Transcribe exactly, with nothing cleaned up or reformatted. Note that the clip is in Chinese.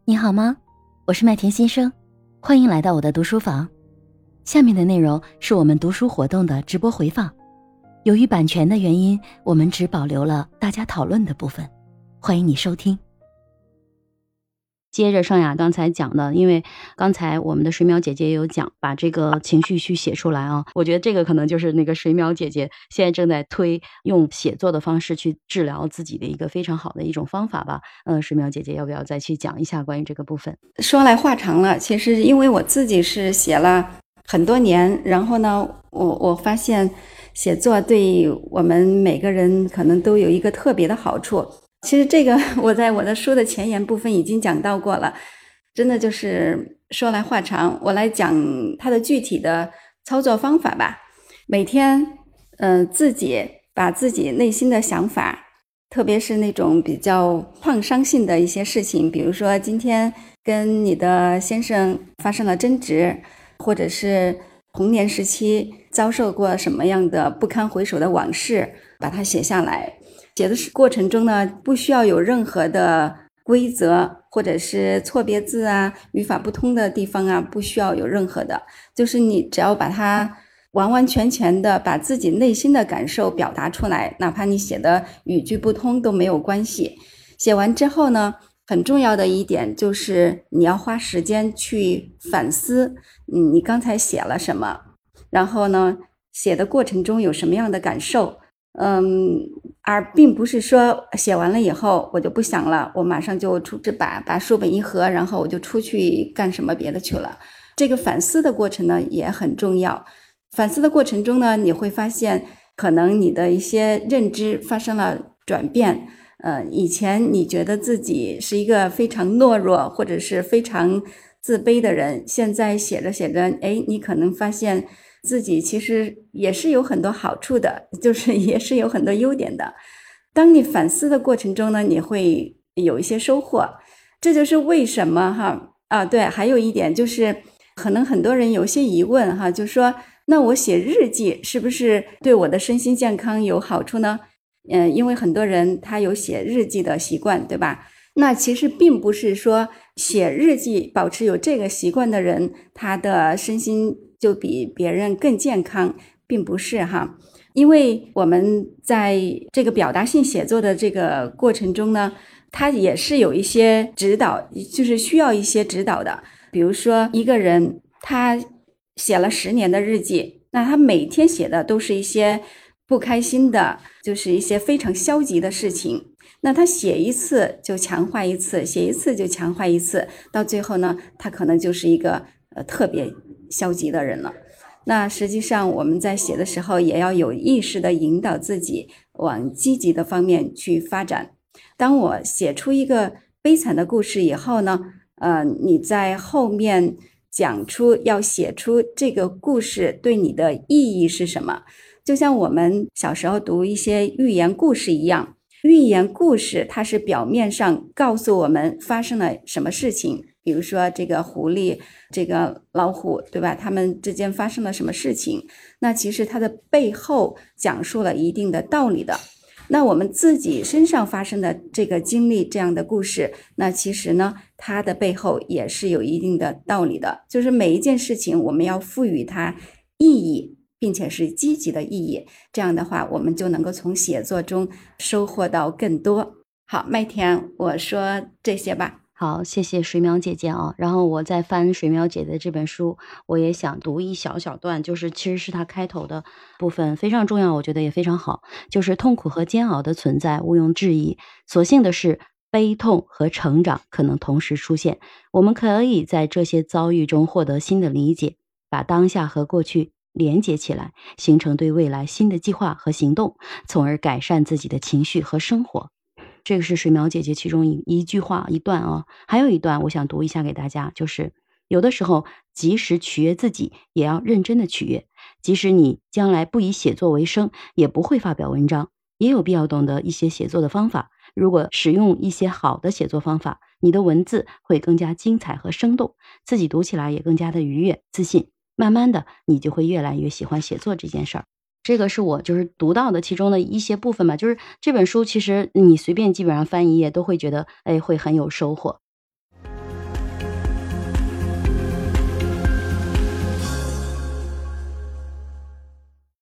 你好吗？我是麦田先生，欢迎来到我的读书房。下面的内容是我们读书活动的直播回放，由于版权的原因，我们只保留了大家讨论的部分，欢迎你收听。 接着尚雅刚才讲的，因为刚才我们的水淼姐姐也有讲，把这个情绪去写出来啊。我觉得这个可能就是那个水淼姐姐现在正在推用写作的方式去治疗自己的一个非常好的一种方法吧。嗯，水淼姐姐要不要再去讲一下关于这个部分？ 说来话长了，其实因为我自己是写了很多年，然后呢，我我发现写作对我们每个人可能都有一个特别的好处。其实这个我在我的书的前言部分已经讲到过了，真的就是说来话长，我来讲它的具体的操作方法吧。每天嗯、呃，自己把自己内心的想法，特别是那种比较创伤性的一些事情，比如说今天跟你的先生发生了争执，或者是童年时期遭受过什么样的不堪回首的往事，把它写下来。写的过程中呢，不需要有任何的规则，或者是错别字啊、语法不通的地方啊，不需要有任何的，就是你只要把它完完全全的把自己内心的感受表达出来，哪怕你写的语句不通都没有关系。写完之后呢，很重要的一点就是你要花时间去反思，嗯，你刚才写了什么，然后呢，写的过程中有什么样的感受。嗯，而并不是说写完了以后我就不想了，我马上就出把把书本一合，然后我就出去干什么别的去了。这个反思的过程呢也很重要。反思的过程中呢，你会发现可能你的一些认知发生了转变。呃，以前你觉得自己是一个非常懦弱或者是非常自卑的人，现在写着写着，哎，你可能发现自己其实也是有很多好处的，就是也是有很多优点的。当你反思的过程中呢，你会有一些收获。这就是为什么哈啊，对，还有一点就是可能很多人有些疑问哈，就说那我写日记是不是对我的身心健康有好处呢？嗯，因为很多人他有写日记的习惯，对吧？那其实并不是说写日记保持有这个习惯的人他的身心就比别人更健康，并不是哈。因为我们在这个表达性写作的这个过程中呢，它也是有一些指导，就是需要一些指导的。比如说一个人他写了十年的日记，那他每天写的都是一些不开心的，就是一些非常消极的事情，那他写一次就强化一次，写一次就强化一次，到最后呢，他可能就是一个呃特别消极的人了。那实际上我们在写的时候也要有意识的引导自己往积极的方面去发展。当我写出一个悲惨的故事以后呢，呃，你在后面讲出要写出这个故事对你的意义是什么，就像我们小时候读一些寓言故事一样。寓言故事它是表面上告诉我们发生了什么事情，比如说这个狐狸这个老虎，对吧，他们之间发生了什么事情，那其实它的背后讲述了一定的道理的。那我们自己身上发生的这个经历这样的故事，那其实呢它的背后也是有一定的道理的，就是每一件事情我们要赋予它意义，并且是积极的意义，这样的话我们就能够从写作中收获到更多。好，麦田，我说这些吧。 好，谢谢水淼姐姐啊。然后我在翻水淼姐的这本书，我也想读一小小段，就是其实是它开头的部分非常重要，我觉得也非常好，就是痛苦和煎熬的存在毋庸置疑，所幸的是悲痛和成长可能同时出现，我们可以在这些遭遇中获得新的理解，把当下和过去连接起来，形成对未来新的计划和行动，从而改善自己的情绪和生活。这个是水淼姐姐其中一一句话一段啊，还有一段我想读一下给大家，就是有的时候即使取悦自己也要认真的取悦，即使你将来不以写作为生，也不会发表文章，也有必要懂得一些写作的方法，如果使用一些好的写作方法，你的文字会更加精彩和生动，自己读起来也更加的愉悦自信，慢慢的你就会越来越喜欢写作这件事儿。这个是我就是读到的其中的一些部分吧，就是这本书其实你随便基本上翻一页都会觉得哎会很有收获。